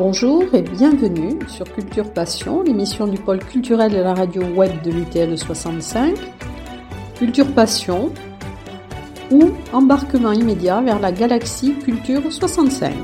Bonjour et bienvenue sur Culture Passion, l'émission du pôle culturel de la radio web de l'UTL 65. Culture Passion ou embarquement immédiat vers la galaxie Culture 65.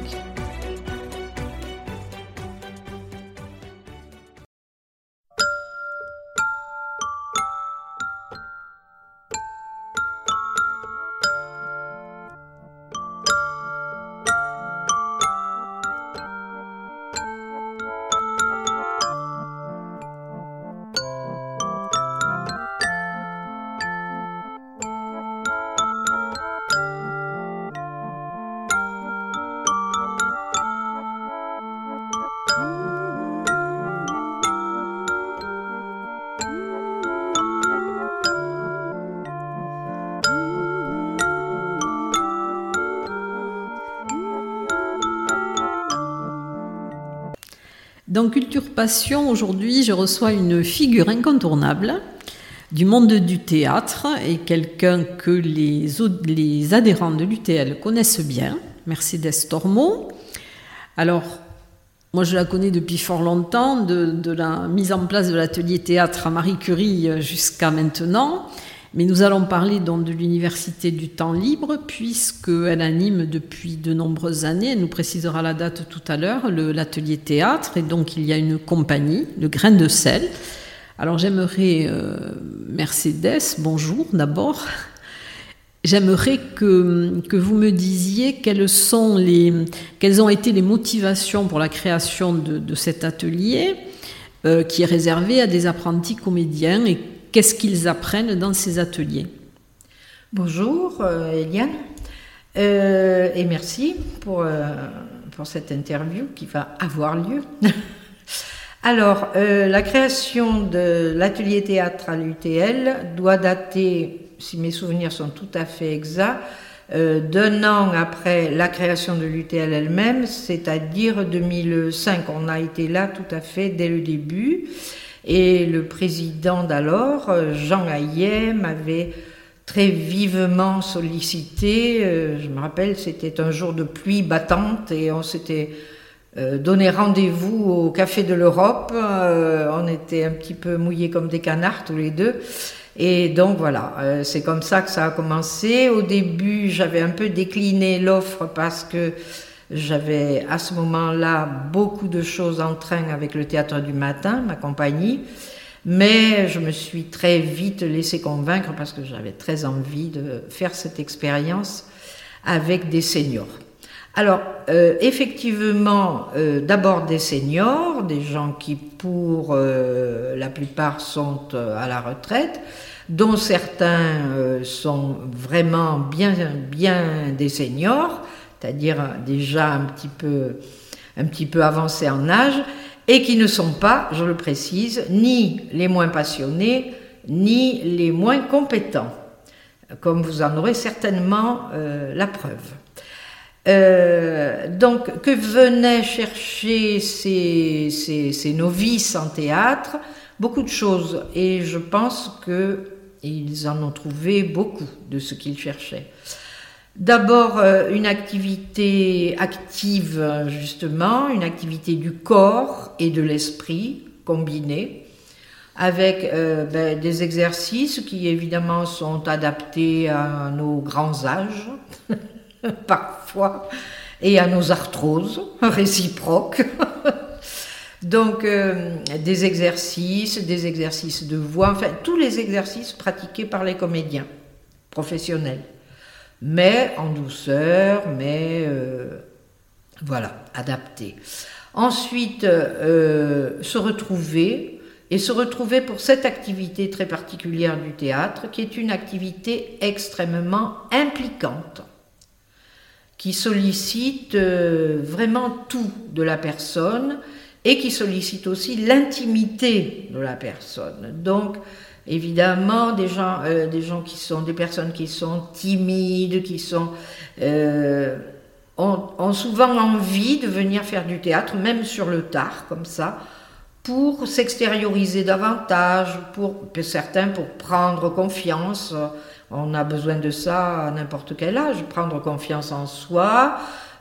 Dans Culture Passion, aujourd'hui, je reçois une figure incontournable du monde du théâtre et quelqu'un que les adhérents de l'UTL connaissent bien, Mercedes Tormo. Alors, moi je la connais depuis fort longtemps, de la mise en place de l'atelier théâtre à Marie Curie jusqu'à maintenant. Mais nous allons parler donc de l'Université du Temps Libre, puisqu'elle anime depuis de nombreuses années, elle nous précisera la date tout à l'heure, l'atelier théâtre, et donc il y a une compagnie, le Grain de Sel. Alors j'aimerais, Mercedes, bonjour d'abord, j'aimerais que vous me disiez quelles ont été les motivations pour la création de cet atelier, qui est réservé à des apprentis comédiens, et qu'est-ce qu'ils apprennent dans ces ateliers? Bonjour Eliane, et merci pour cette interview qui va avoir lieu. Alors, la création de l'atelier théâtre à l'UTL doit dater, si mes souvenirs sont tout à fait exacts, d'un an après la création de l'UTL elle-même, c'est-à-dire 2005. On a été là tout à fait dès le début. Et le président d'alors, Jean Hayet, m'avait très vivement sollicité. Je me rappelle, c'était un jour de pluie battante et on s'était donné rendez-vous au Café de l'Europe. On était un petit peu mouillés comme des canards tous les deux. Et donc voilà, c'est comme ça que ça a commencé. Au début, j'avais un peu décliné l'offre parce que j'avais à ce moment-là beaucoup de choses en train avec le Théâtre du Matin, ma compagnie, mais je me suis très vite laissé convaincre parce que j'avais très envie de faire cette expérience avec des seniors. Alors, effectivement, d'abord des seniors, des gens qui pour la plupart sont à la retraite, dont certains sont vraiment bien des seniors, c'est-à-dire déjà un petit peu avancés en âge, et qui ne sont pas, je le précise, ni les moins passionnés, ni les moins compétents, comme vous en aurez certainement la preuve. Donc, que venaient chercher ces novices en théâtre? Beaucoup de choses, et je pense qu'ils en ont trouvé beaucoup de ce qu'ils cherchaient. D'abord, une activité active, justement, une activité du corps et de l'esprit combinés, avec des exercices qui, évidemment, sont adaptés à nos grands âges, parfois, et à nos arthroses réciproques. Donc, des exercices de voix, enfin, tous les exercices pratiqués par les comédiens professionnels. Mais en douceur, voilà, adapté. Ensuite, se retrouver pour cette activité très particulière du théâtre, qui est une activité extrêmement impliquante, qui sollicite vraiment tout de la personne et qui sollicite aussi l'intimité de la personne. Donc, évidemment, des personnes qui sont timides, ont souvent envie de venir faire du théâtre, même sur le tard, comme ça, pour s'extérioriser davantage, certains pour prendre confiance. On a besoin de ça à n'importe quel âge, prendre confiance en soi,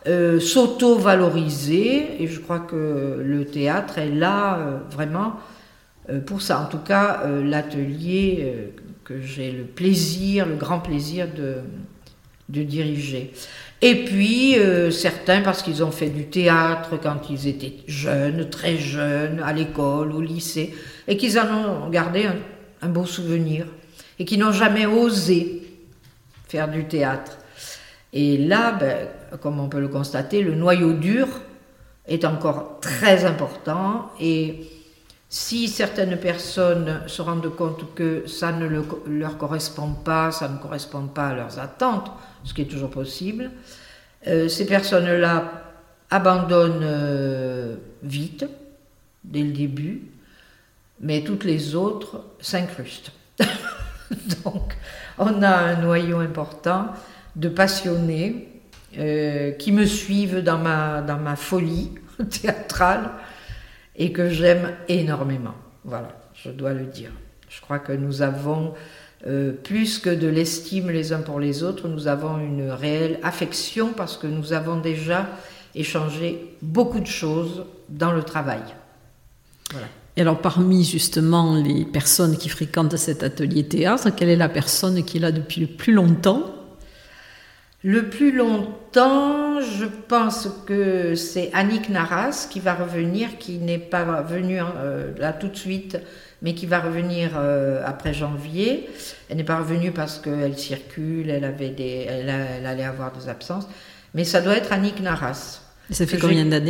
s'auto-valoriser, et je crois que le théâtre est là vraiment pour ça. En tout cas, l'atelier que j'ai le grand plaisir de diriger. Et puis, certains, parce qu'ils ont fait du théâtre quand ils étaient jeunes, très jeunes, à l'école, au lycée, et qu'ils en ont gardé un beau souvenir, et qui n'ont jamais osé faire du théâtre. Et là, comme on peut le constater, le noyau dur est encore très important, et si certaines personnes se rendent compte que ça ne leur correspond pas, ça ne correspond pas à leurs attentes, ce qui est toujours possible, ces personnes-là abandonnent vite, dès le début, mais toutes les autres s'incrustent. Donc, on a un noyau important de passionnés qui me suivent dans ma folie théâtrale et que j'aime énormément. Voilà, je dois le dire. Je crois que nous avons, plus que de l'estime les uns pour les autres, nous avons une réelle affection parce que nous avons déjà échangé beaucoup de choses dans le travail. Voilà. Et alors, parmi justement les personnes qui fréquentent cet atelier théâtre, quelle est la personne qui est là depuis le plus longtemps ? Le plus longtemps, je pense que c'est Annick Naras qui va revenir, qui n'est pas venue là tout de suite, mais qui va revenir après janvier. Elle n'est pas revenue parce qu'elle circule, elle allait avoir des absences, mais ça doit être Annick Naras. Et ça fait combien d'années ?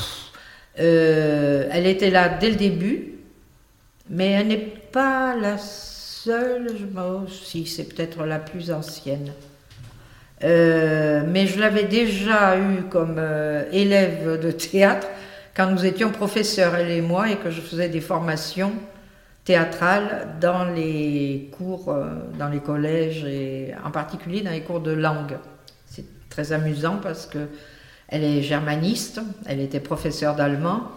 Elle était là dès le début, mais elle n'est pas la seule, si c'est peut-être la plus ancienne. Mais je l'avais déjà eue comme élève de théâtre quand nous étions professeurs, elle et moi, et que je faisais des formations théâtrales dans les cours, dans les collèges, et en particulier dans les cours de langue. C'est très amusant parce que elle est germaniste, elle était professeure d'allemand,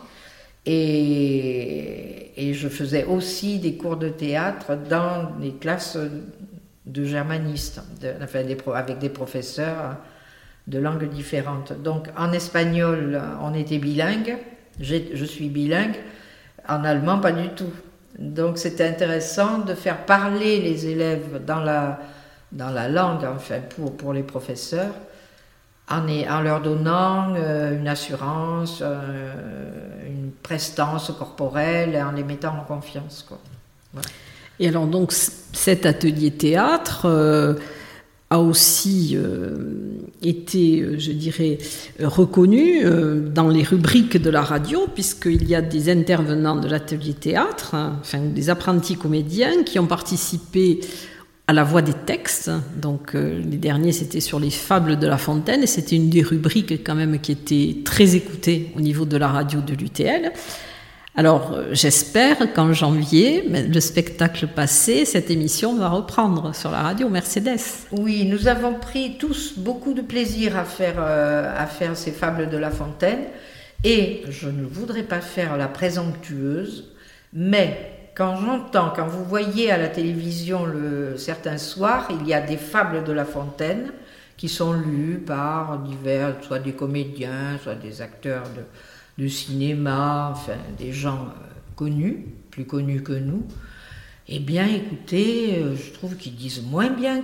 et je faisais aussi des cours de théâtre dans les classes de germanistes, avec des professeurs de langues différentes. Donc en espagnol, on était bilingue, je suis bilingue, en allemand pas du tout. Donc c'était intéressant de faire parler les élèves dans la langue, enfin pour les professeurs, en leur donnant une assurance, une prestance corporelle, en les mettant en confiance, quoi. Voilà. Et alors donc cet atelier théâtre a aussi été, je dirais, reconnu dans les rubriques de la radio, puisqu'il y a des intervenants de l'atelier théâtre, enfin des apprentis comédiens qui ont participé à la voix des textes. Donc les derniers, c'était sur les fables de La Fontaine, et c'était une des rubriques quand même qui était très écoutée au niveau de la radio de l'UTL. Alors, j'espère qu'en janvier, le spectacle passé, cette émission va reprendre sur la radio Mercedes. Oui, nous avons pris tous beaucoup de plaisir à faire ces fables de La Fontaine, et je ne voudrais pas faire la présomptueuse, mais quand vous voyez à la télévision certains soirs, il y a des fables de La Fontaine qui sont lues par divers, soit des comédiens, soit des acteurs de cinéma, enfin des gens connus, plus connus que nous. Eh bien, écoutez, je trouve qu'ils disent moins bien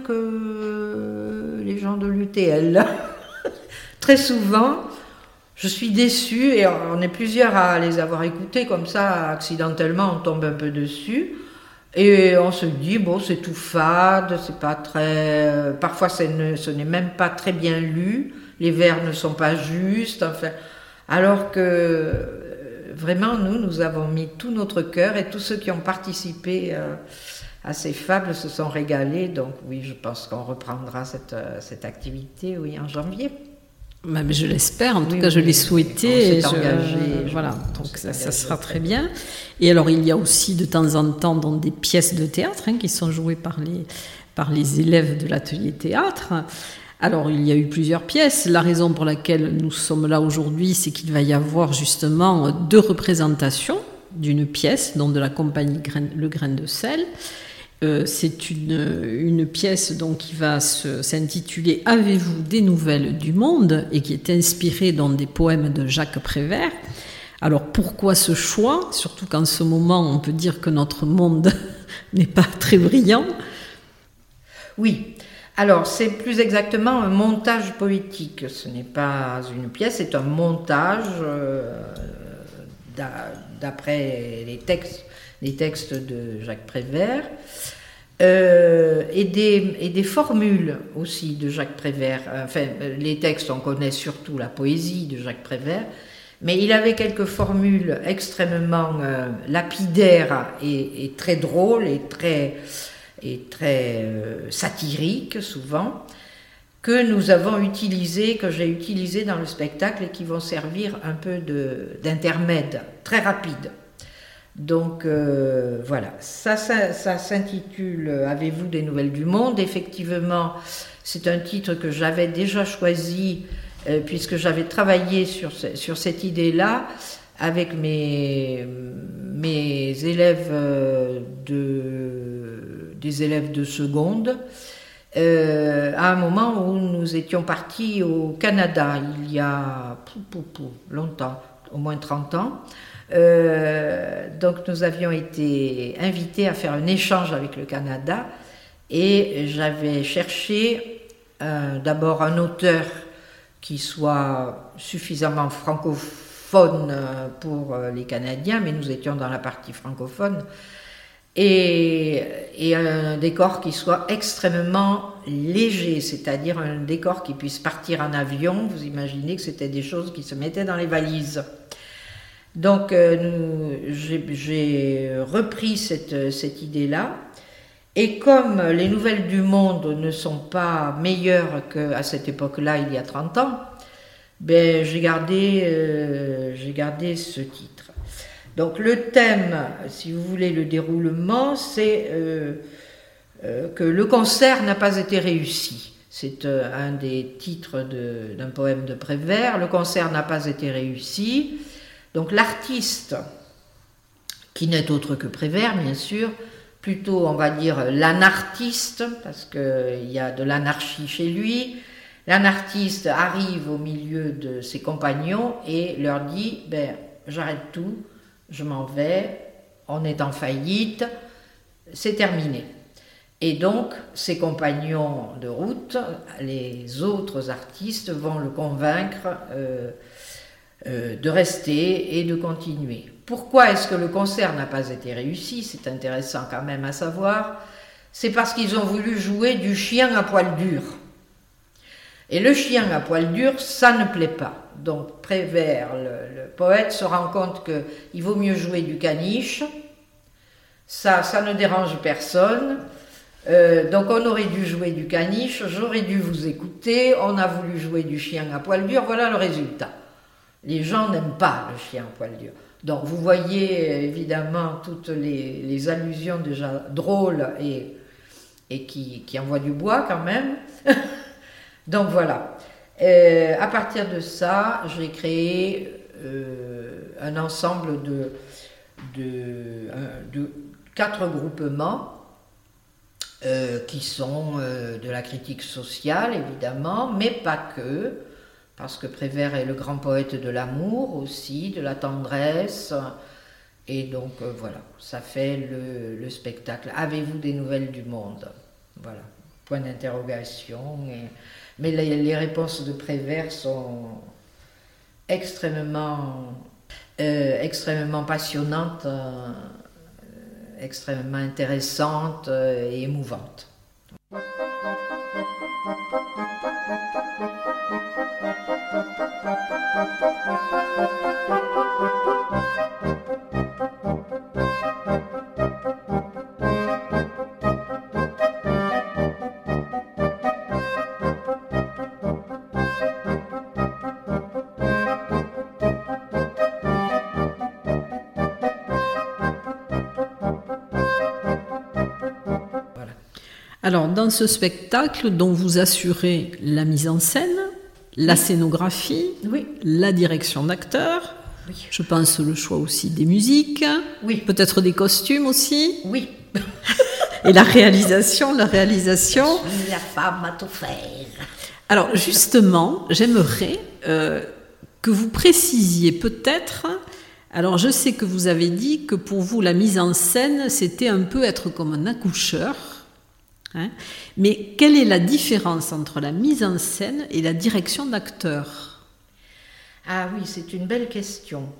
que les gens de l'UTL. Très souvent, je suis déçue, et on est plusieurs à les avoir écoutés comme ça, accidentellement, on tombe un peu dessus, et on se dit, bon, c'est tout fade, c'est pas très... Parfois, ce n'est même pas très bien lu, les vers ne sont pas justes, enfin... Alors que vraiment, nous avons mis tout notre cœur, et tous ceux qui ont participé à ces fables se sont régalés. Donc oui, je pense qu'on reprendra cette activité, oui, en janvier. Mais je l'espère, en tout cas je l'ai souhaité. On s'est engagé. Voilà, donc ça sera très bien. Et alors il y a aussi de temps en temps des pièces de théâtre qui sont jouées par les élèves de l'atelier théâtre. Alors, il y a eu plusieurs pièces. La raison pour laquelle nous sommes là aujourd'hui, c'est qu'il va y avoir justement 2 représentations d'une pièce, donc de la compagnie Le Grain de Sel. C'est une pièce donc, qui va s'intituler « Avez-vous des nouvelles du monde ?» et qui est inspirée dans des poèmes de Jacques Prévert. Alors pourquoi ce choix? Surtout qu'en ce moment, on peut dire que notre monde n'est pas très brillant. Oui, alors c'est plus exactement un montage poétique. Ce n'est pas une pièce, c'est un montage d'après les textes de Jacques Prévert. Et des formules aussi de Jacques Prévert. Enfin, les textes, on connaît surtout la poésie de Jacques Prévert, mais il avait quelques formules extrêmement lapidaires et très drôles et très satiriques souvent, que nous avons utilisées, que j'ai utilisées dans le spectacle et qui vont servir un peu d'intermède très rapide. Donc voilà, ça s'intitule « Avez-vous des nouvelles du monde ?» Effectivement, c'est un titre que j'avais déjà choisi puisque j'avais travaillé sur cette idée-là avec mes élèves des élèves de seconde à un moment où nous étions partis au Canada il y a longtemps, au moins 30 ans. Donc nous avions été invités à faire un échange avec le Canada et j'avais cherché d'abord un auteur qui soit suffisamment francophone pour les Canadiens, mais nous étions dans la partie francophone, et un décor qui soit extrêmement léger, c'est-à-dire un décor qui puisse partir en avion. Vous imaginez que c'était des choses qui se mettaient dans les valises. Donc j'ai repris cette idée-là, et comme les nouvelles du monde ne sont pas meilleures qu'à cette époque-là, il y a 30 ans, ben, j'ai gardé ce titre. Donc le thème, si vous voulez le déroulement, c'est que le concert n'a pas été réussi. C'est un des titres d'un poème de Prévert. Le concert n'a pas été réussi. Donc l'artiste, qui n'est autre que Prévert, bien sûr, plutôt on va dire l'anartiste, parce qu'il y a de l'anarchie chez lui, l'anartiste arrive au milieu de ses compagnons et leur dit ben, « j'arrête tout, je m'en vais, on est en faillite, c'est terminé ». Et donc ses compagnons de route, les autres artistes, vont le convaincre de rester et de continuer. Pourquoi est-ce que le concert n'a pas été réussi? C'est intéressant quand même à savoir. C'est parce qu'ils ont voulu jouer du chien à poil dur. Et le chien à poil dur, ça ne plaît pas. Donc Prévert, le poète, se rend compte qu'il vaut mieux jouer du caniche. Ça ne dérange personne. Donc on aurait dû jouer du caniche, j'aurais dû vous écouter, on a voulu jouer du chien à poil dur, voilà le résultat. Les gens n'aiment pas le chien à poil dur. Donc vous voyez évidemment toutes les allusions déjà drôles et qui envoient du bois quand même. Donc voilà. À partir de ça, j'ai créé un ensemble de 4 groupements qui sont de la critique sociale évidemment, mais pas que. Parce que Prévert est le grand poète de l'amour aussi, de la tendresse. Et donc voilà, ça fait le spectacle. Avez-vous des nouvelles du monde? Voilà, point d'interrogation. Mais les réponses de Prévert sont extrêmement passionnantes, extrêmement intéressantes et émouvantes. Alors, dans ce spectacle dont vous assurez la mise en scène, la scénographie, oui, la direction d'acteurs, oui, je pense le choix aussi des musiques, oui, peut-être des costumes aussi. Oui. Et la réalisation. Je suis la femme à tout faire. Alors justement, j'aimerais que vous précisiez peut-être. Alors je sais que vous avez dit que pour vous la mise en scène c'était un peu être comme un accoucheur. Hein, mais quelle est la différence entre la mise en scène et la direction d'acteur? Ah oui, c'est une belle question.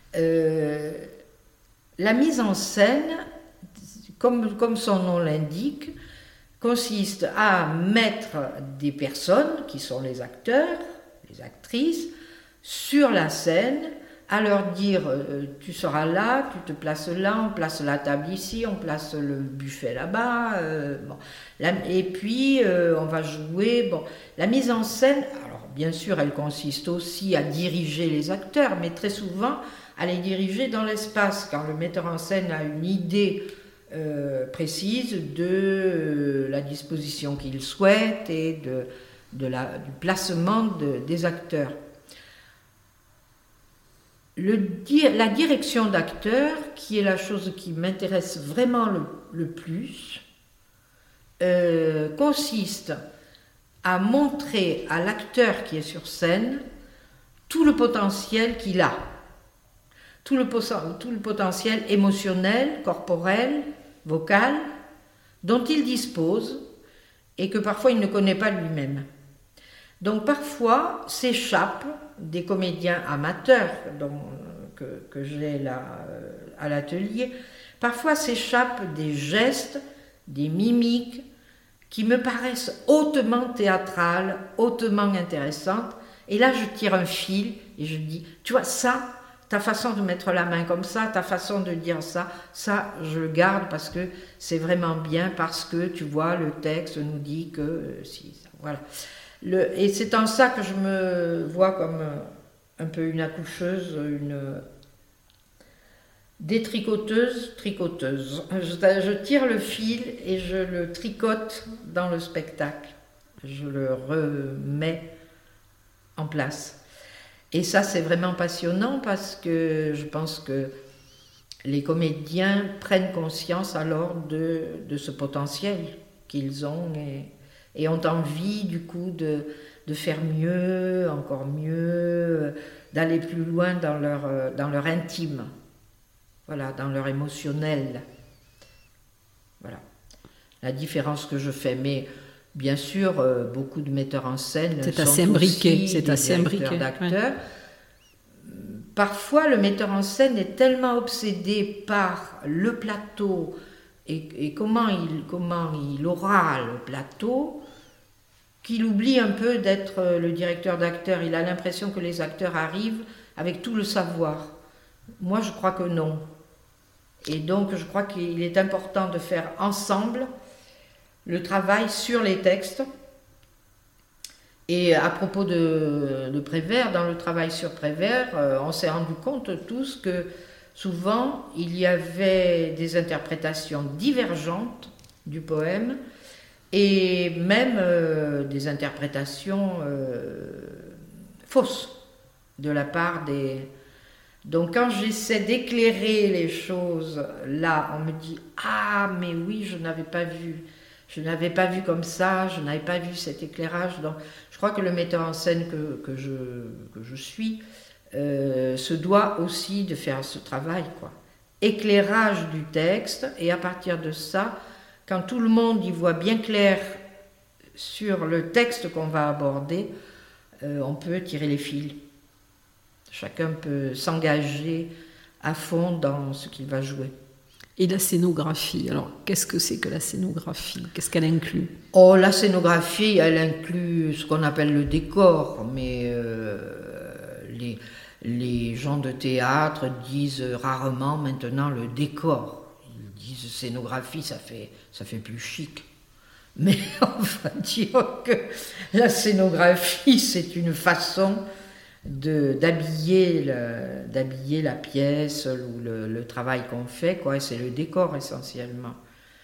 La mise en scène, comme son nom l'indique, consiste à mettre des personnes, qui sont les acteurs, les actrices, sur la scène, à leur dire tu seras là, tu te places là, on place la table ici, on place le buffet là-bas, et puis on va jouer. Bon, la mise en scène, alors bien sûr, elle consiste aussi à diriger les acteurs, mais très souvent à les diriger dans l'espace, quand le metteur en scène a une idée précise de la disposition qu'il souhaite et du placement des acteurs. La direction d'acteur, qui est la chose qui m'intéresse vraiment le plus, consiste à montrer à l'acteur qui est sur scène tout le potentiel qu'il a, tout le potentiel émotionnel, corporel, vocal, dont il dispose et que parfois il ne connaît pas lui-même. Donc parfois s'échappent des comédiens amateurs que j'ai là à l'atelier, parfois s'échappent des gestes, des mimiques qui me paraissent hautement théâtrales, hautement intéressantes. Et là je tire un fil et je dis, tu vois ça, ta façon de mettre la main comme ça, ta façon de dire ça je le garde parce que c'est vraiment bien, parce que tu vois le texte nous dit que si, ça, voilà. Et c'est en ça que je me vois comme un peu une accoucheuse, une détricoteuse, tricoteuse. Je tire le fil et je le tricote dans le spectacle. Je le remets en place. Et ça, c'est vraiment passionnant parce que je pense que les comédiens prennent conscience alors de ce potentiel qu'ils ont et ont envie du coup de faire mieux, encore mieux, d'aller plus loin dans leur intime, voilà, dans leur émotionnel. Voilà la différence que je fais. Mais bien sûr, beaucoup de metteurs en scène c'est sont assez imbriqué, aussi des directeurs d'acteurs. Ouais. Parfois, le metteur en scène est tellement obsédé par le plateau et comment il aura le plateau qu'il oublie un peu d'être le directeur d'acteurs. Il a l'impression que les acteurs arrivent avec tout le savoir. Moi, je crois que non. Et donc, je crois qu'il est important de faire ensemble le travail sur les textes. Et à propos de Prévert, dans le travail sur Prévert, on s'est rendu compte tous que souvent, il y avait des interprétations divergentes du poème et même des interprétations fausses de la part des... Donc quand j'essaie d'éclairer les choses, là, on me dit « Ah, mais oui, je n'avais pas vu comme ça, je n'avais pas vu cet éclairage. » Donc je crois que le metteur en scène que je suis se doit aussi de faire ce travail, quoi. Éclairage du texte, et à partir de ça, quand tout le monde y voit bien clair sur le texte qu'on va aborder, on peut tirer les fils. Chacun peut s'engager à fond dans ce qu'il va jouer. Et la scénographie, alors qu'est-ce que c'est que la scénographie? Qu'est-ce qu'elle inclut? Oh, la scénographie, elle inclut ce qu'on appelle le décor, mais les gens de théâtre disent rarement maintenant le décor. Ils disent scénographie, ça fait plus chic. Mais on va dire que la scénographie, c'est une façon d'habiller la pièce ou le travail qu'on fait, quoi. Et c'est le décor essentiellement.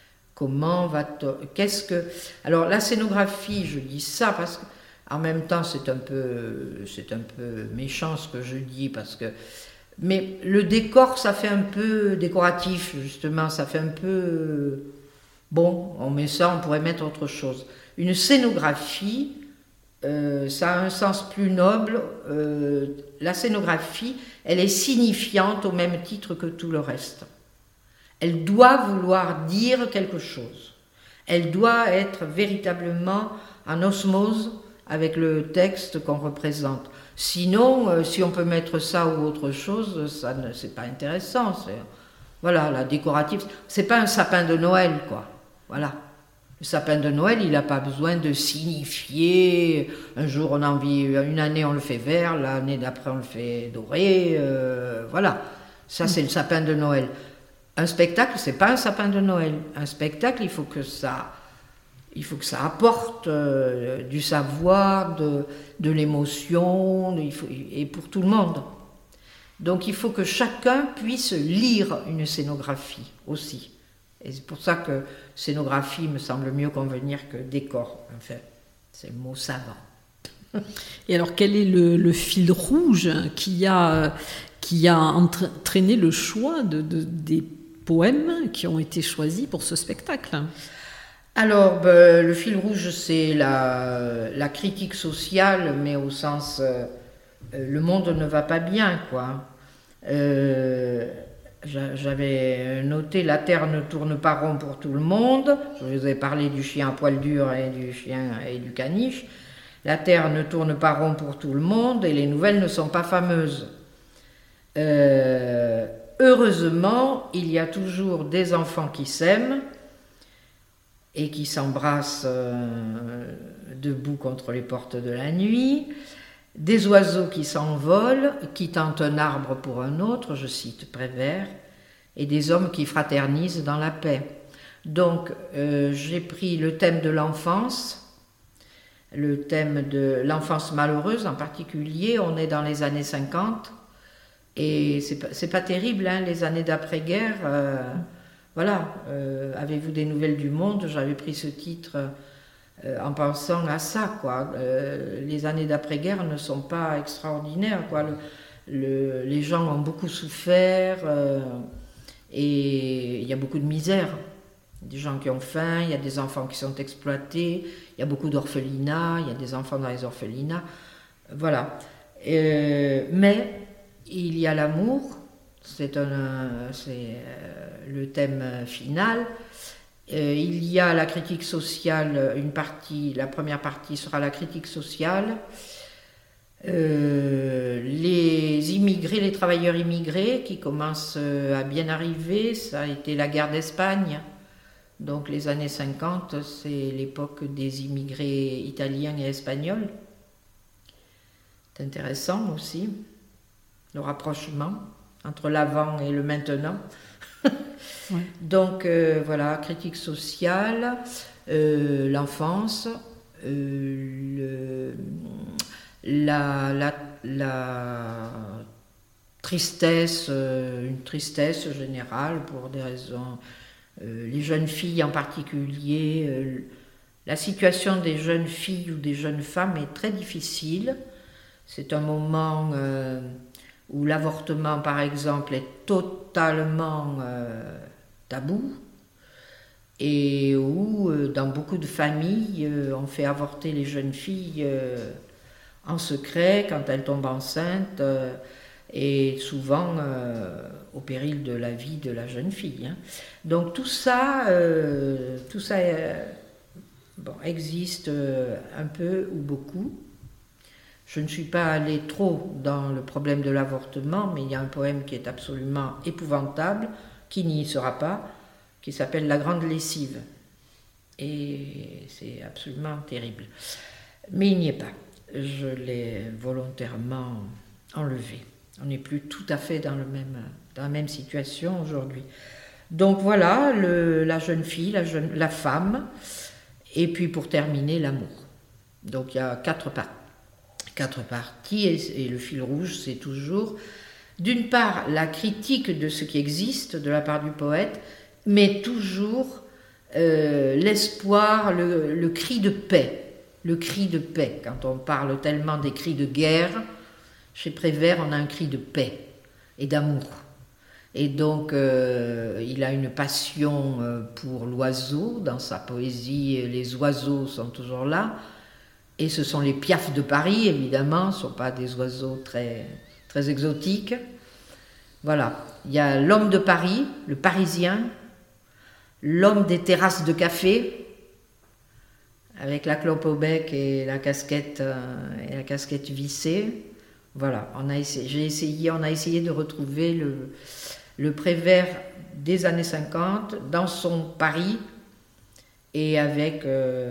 Alors la scénographie, je dis ça parce que en même temps c'est un peu méchant ce que je dis mais le décor, ça fait un peu décoratif, justement, ça fait un peu Bon, on met ça, on pourrait mettre autre chose. Une scénographie, ça a un sens plus noble. La scénographie, elle est signifiante au même titre que tout le reste. Elle doit vouloir dire quelque chose. Elle doit être véritablement en osmose avec le texte qu'on représente. Sinon, si on peut mettre ça ou autre chose, ça ne, c'est pas intéressant. Voilà, la décorative, c'est pas un sapin de Noël, quoi. Voilà. Le sapin de Noël, il n'a pas besoin de signifier. Un jour, on a envie, une année, on le fait vert, l'année d'après, on le fait doré. Voilà. Ça, c'est le sapin de Noël. Un spectacle, c'est pas un sapin de Noël. Un spectacle, il faut que ça apporte du savoir, de l'émotion, et pour tout le monde. Donc il faut que chacun puisse lire une scénographie aussi. Et c'est pour ça que scénographie me semble mieux convenir que décor. Enfin, c'est le mot savant. Et alors quel est le fil rouge qui a entraîné le choix des poèmes qui ont été choisis pour ce spectacle? Alors, le fil rouge, c'est la critique sociale, mais au sens le monde ne va pas bien, quoi. J'avais noté la terre ne tourne pas rond pour tout le monde. Je vous ai parlé du chien à poil dur et du chien et du caniche. La terre ne tourne pas rond pour tout le monde et les nouvelles ne sont pas fameuses. Heureusement, il y a toujours des enfants qui s'aiment et qui s'embrassent debout contre les portes de la nuit, des oiseaux qui s'envolent, qui tentent un arbre pour un autre, je cite Prévert, et des hommes qui fraternisent dans la paix. Donc, j'ai pris le thème de l'enfance, le thème de l'enfance malheureuse en particulier. On est dans les années 50, et c'est pas terrible, hein, les années d'après-guerre. Voilà, avez-vous des nouvelles du monde? J'avais pris ce titre en pensant à ça, quoi. Les années d'après-guerre ne sont pas extraordinaires, quoi. Les gens ont beaucoup souffert et il y a beaucoup de misère. Des gens qui ont faim, il y a des enfants qui sont exploités, il y a beaucoup d'orphelinats, il y a des enfants dans les orphelinats. Voilà. Mais il y a l'amour. C'est le thème final. Il y a la critique sociale, la première partie sera la critique sociale. Les immigrés, les travailleurs immigrés qui commencent à bien arriver, ça a été la guerre d'Espagne. Donc les années 50, c'est l'époque des immigrés italiens et espagnols. C'est intéressant aussi, le rapprochement entre l'avant et le maintenant. Ouais. Donc voilà, critique sociale, l'enfance, la tristesse, une tristesse générale pour des raisons, les jeunes filles en particulier, la situation des jeunes filles ou des jeunes femmes est très difficile. C'est un moment où l'avortement, par exemple, est totalement tabou et où, dans beaucoup de familles, on fait avorter les jeunes filles en secret quand elles tombent enceintes et souvent au péril de la vie de la jeune fille. Hein. Donc tout ça existe un peu ou beaucoup. Je ne suis pas allée trop dans le problème de l'avortement, mais il y a un poème qui est absolument épouvantable, qui n'y sera pas, qui s'appelle La Grande Lessive. Et c'est absolument terrible. Mais il n'y est pas. Je l'ai volontairement enlevé. On n'est plus tout à fait dans la même situation aujourd'hui. Donc voilà, la jeune fille, la femme, et puis pour terminer, l'amour. Donc il y a quatre parties, et le fil rouge, c'est toujours, d'une part, la critique de ce qui existe de la part du poète, mais toujours l'espoir, le cri de paix. Le cri de paix, quand on parle tellement des cris de guerre, chez Prévert, on a un cri de paix et d'amour. Et donc, il a une passion pour l'oiseau. Dans sa poésie, les oiseaux sont toujours là. Et ce sont les piafs de Paris, évidemment. Ce ne sont pas des oiseaux très, très exotiques. Voilà. Il y a l'homme de Paris, le Parisien, l'homme des terrasses de café, avec la clope au bec et la casquette vissée. Voilà. On a essayé de retrouver le Prévert des années 50 dans son Paris et avec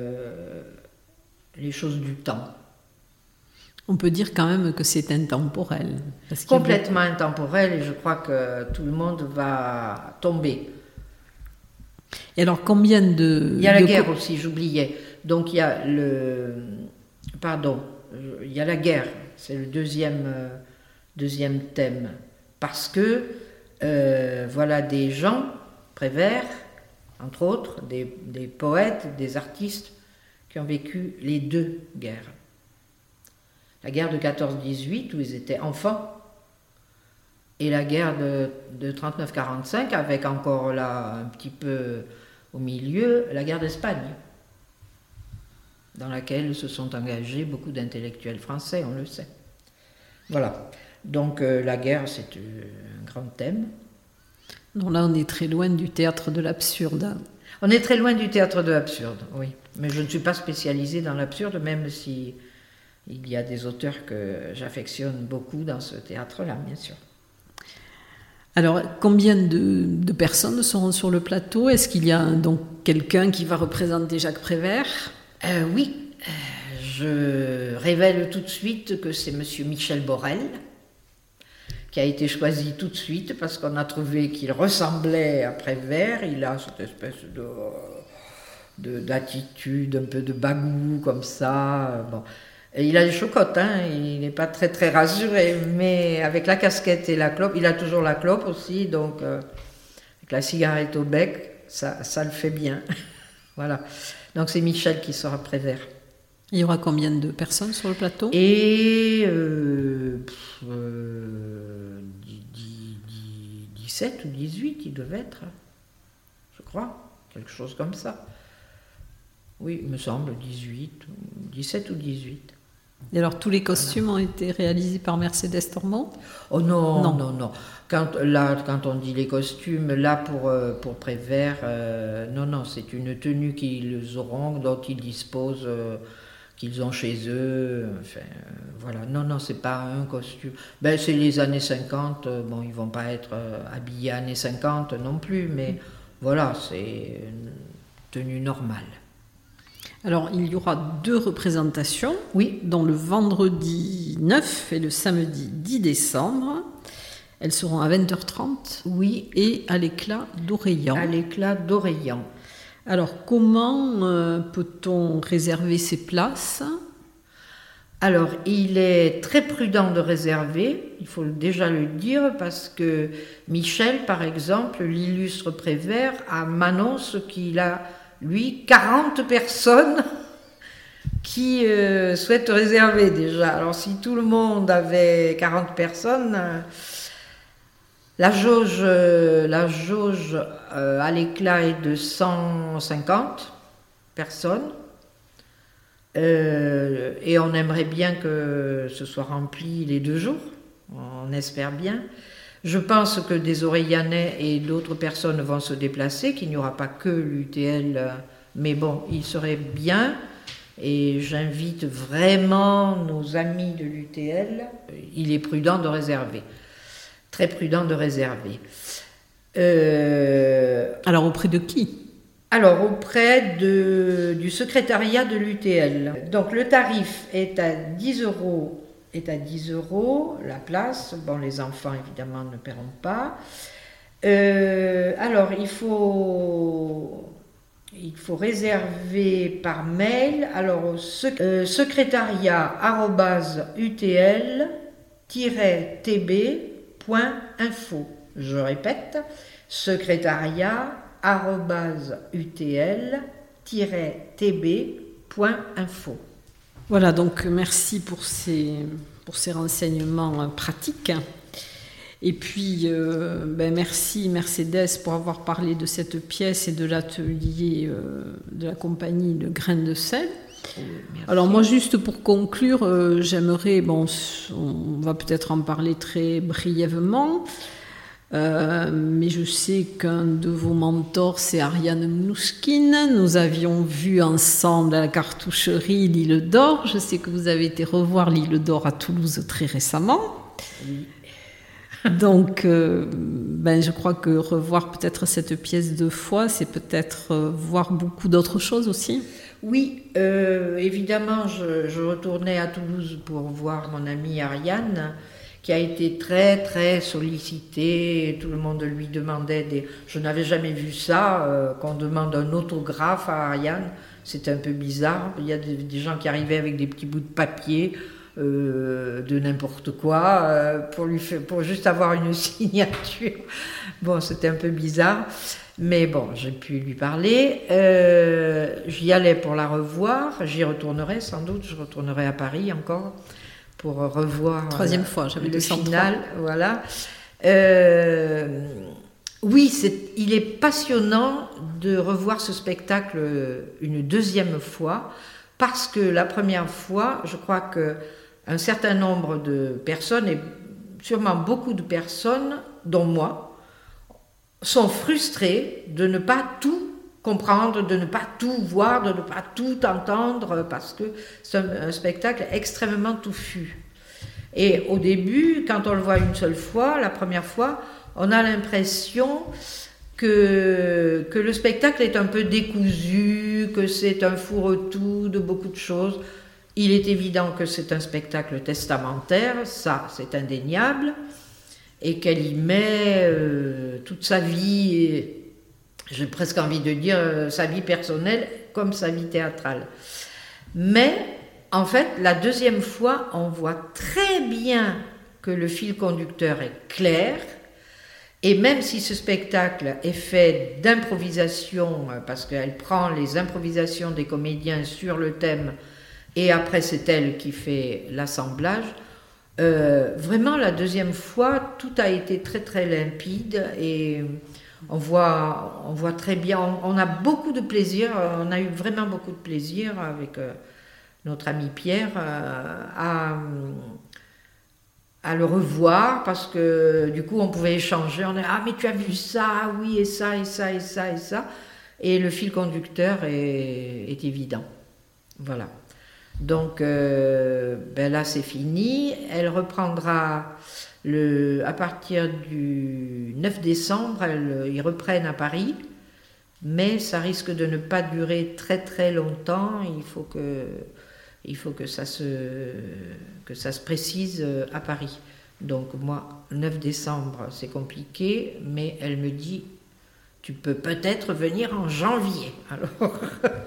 les choses du temps. On peut dire quand même que c'est intemporel. Complètement intemporel, et je crois que tout le monde va tomber. Et alors combien de... Il y a la guerre aussi, j'oubliais. Donc il y a il y a la guerre, c'est le deuxième thème. Parce que voilà des gens, Prévert, entre autres, des poètes, des artistes, qui ont vécu les deux guerres. La guerre de 14-18, où ils étaient enfants, et la guerre de 39-45, avec encore là, un petit peu au milieu, la guerre d'Espagne, dans laquelle se sont engagés beaucoup d'intellectuels français, on le sait. Voilà. Donc la guerre, c'est un grand thème. Donc là, on est très loin du théâtre de l'absurde. On est très loin du théâtre de l'absurde, oui. Mais je ne suis pas spécialisée dans l'absurde, même si il y a des auteurs que j'affectionne beaucoup dans ce théâtre-là, bien sûr. Alors, combien de personnes seront sur le plateau? Est-ce qu'il y a donc quelqu'un qui va représenter Jacques Prévert? Oui, je révèle tout de suite que c'est monsieur Michel Borel, qui a été choisi tout de suite parce qu'on a trouvé qu'il ressemblait à Prévert. Il a cette espèce d'attitude, un peu de bagou comme ça. Bon. Et il a des chocottes, hein, il n'est pas très très rassuré, mais avec la casquette et la clope, il a toujours la clope aussi, donc avec la cigarette au bec, ça le fait bien. Voilà. Donc c'est Michel qui sera Prévert. Il y aura combien de personnes sur le plateau? Et 17 ou 18, il devait être, je crois, quelque chose comme ça. Oui, il me semble 17 ou 18. Et alors tous les costumes ont été réalisés par Mercedes Tormont? Oh non. Quand on dit les costumes, là pour Prévert, non, c'est une tenue qu'ils auront, dont ils disposent, qu'ils ont chez eux. Enfin, voilà, non, c'est pas un costume. Ben, c'est les années 50, bon, ils vont pas être habillés années 50 non plus, mais voilà, c'est une tenue normale. Alors, il y aura 2 représentations, oui, dont le vendredi 9 et le samedi 10 décembre. Elles seront à 20h30, oui, et à l'Éclat d'Orléans. À l'Éclat d'Orléans. Alors, comment peut-on réserver ces places? Alors, il est très prudent de réserver, il faut déjà le dire, parce que Michel, par exemple, l'illustre Prévert, m'annonce qu'il a, lui, 40 personnes qui souhaitent réserver déjà. Alors, si tout le monde avait 40 personnes, la jauge à l'Éclat est de 150 personnes. Et on aimerait bien que ce soit rempli les 2 jours, on espère bien. Je pense que des Orléanais et d'autres personnes vont se déplacer, qu'il n'y aura pas que l'UTL, mais bon, il serait bien, et j'invite vraiment nos amis de l'UTL, il est prudent de réserver, très prudent de réserver. Alors auprès de qui ? Alors, auprès du secrétariat de l'UTL. Donc, le tarif est à 10 euros. La place. Bon, les enfants, évidemment, ne paieront pas. Alors, il faut réserver par mail. Alors, secrétariat@utl-tb.info. Je répète, secrétariat@utl-tb.info. Voilà, donc merci pour ces renseignements pratiques. Et puis, merci Mercedes pour avoir parlé de cette pièce et de l'atelier de la compagnie Le Grain de Sel. Alors moi, juste pour conclure, j'aimerais, on va peut-être en parler très brièvement, mais je sais qu'un de vos mentors, c'est Ariane Mnouchkine. Nous avions vu ensemble à la cartoucherie l'Île d'Or. Je sais que vous avez été revoir l'Île d'Or à Toulouse très récemment. Oui. Donc, je crois que revoir peut-être cette pièce 2 fois, c'est peut-être voir beaucoup d'autres choses aussi. Oui, évidemment, je retournais à Toulouse pour voir mon amie Ariane, qui a été très très sollicitée. Tout le monde lui demandait Je n'avais jamais vu ça, qu'on demande un autographe à Ariane. C'était un peu bizarre. Il y a des gens qui arrivaient avec des petits bouts de papier. De n'importe quoi pour juste avoir une signature. Bon, c'était un peu bizarre, mais bon, j'ai pu lui parler. J'y allais pour la revoir, j'y retournerai sans doute, je retournerai à Paris encore pour revoir 3e fois, j'avais le 203. final. Voilà. Oui, il est passionnant de revoir ce spectacle une 2e fois, parce que la première fois, je crois que un certain nombre de personnes, et sûrement beaucoup de personnes, dont moi, sont frustrées de ne pas tout comprendre, de ne pas tout voir, de ne pas tout entendre, parce que c'est un spectacle extrêmement touffu. Et au début, quand on le voit une seule fois, la première fois, on a l'impression que le spectacle est un peu décousu, que c'est un fourre-tout de beaucoup de choses. Il est évident que c'est un spectacle testamentaire, ça c'est indéniable, et qu'elle y met toute sa vie, et j'ai presque envie de dire sa vie personnelle comme sa vie théâtrale. Mais en fait, la 2e fois, on voit très bien que le fil conducteur est clair, et même si ce spectacle est fait d'improvisation, parce qu'elle prend les improvisations des comédiens sur le thème, et après c'est elle qui fait l'assemblage, vraiment la 2e fois, tout a été très très limpide, et on voit très bien, on a beaucoup de plaisir, on a eu vraiment beaucoup de plaisir avec notre ami Pierre à le revoir, parce que du coup on pouvait échanger, on a « Ah mais tu as vu ça, oui, et ça, et ça, et ça, et ça », et le fil conducteur est évident. Voilà. Donc là c'est fini, elle reprendra à partir du 9 décembre, ils reprennent à Paris, mais ça risque de ne pas durer très très longtemps, il faut que ça se précise à Paris. Donc moi, 9 décembre, c'est compliqué, mais elle me dit, tu peux peut-être venir en janvier. Alors,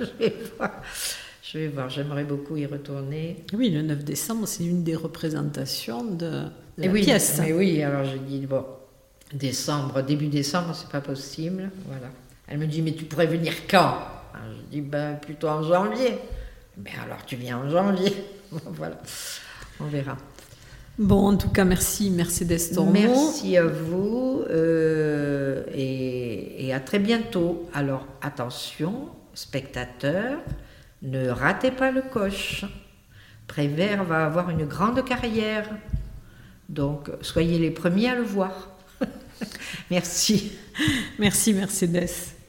je vais voir, j'aimerais beaucoup y retourner. Oui, le 9 décembre, c'est une des représentations de la pièce. Mais oui, alors j'ai dit, début décembre, c'est pas possible. Voilà. Elle me dit, mais tu pourrais venir quand? Alors, je dis, plutôt en janvier. Mais alors tu viens en janvier. Voilà, on verra. Bon, en tout cas, merci Mercedes Tormo. Merci à vous et à très bientôt. Alors attention, spectateurs, ne ratez pas le coche. Prévert va avoir une grande carrière. Donc soyez les premiers à le voir. Merci. Merci Mercedes.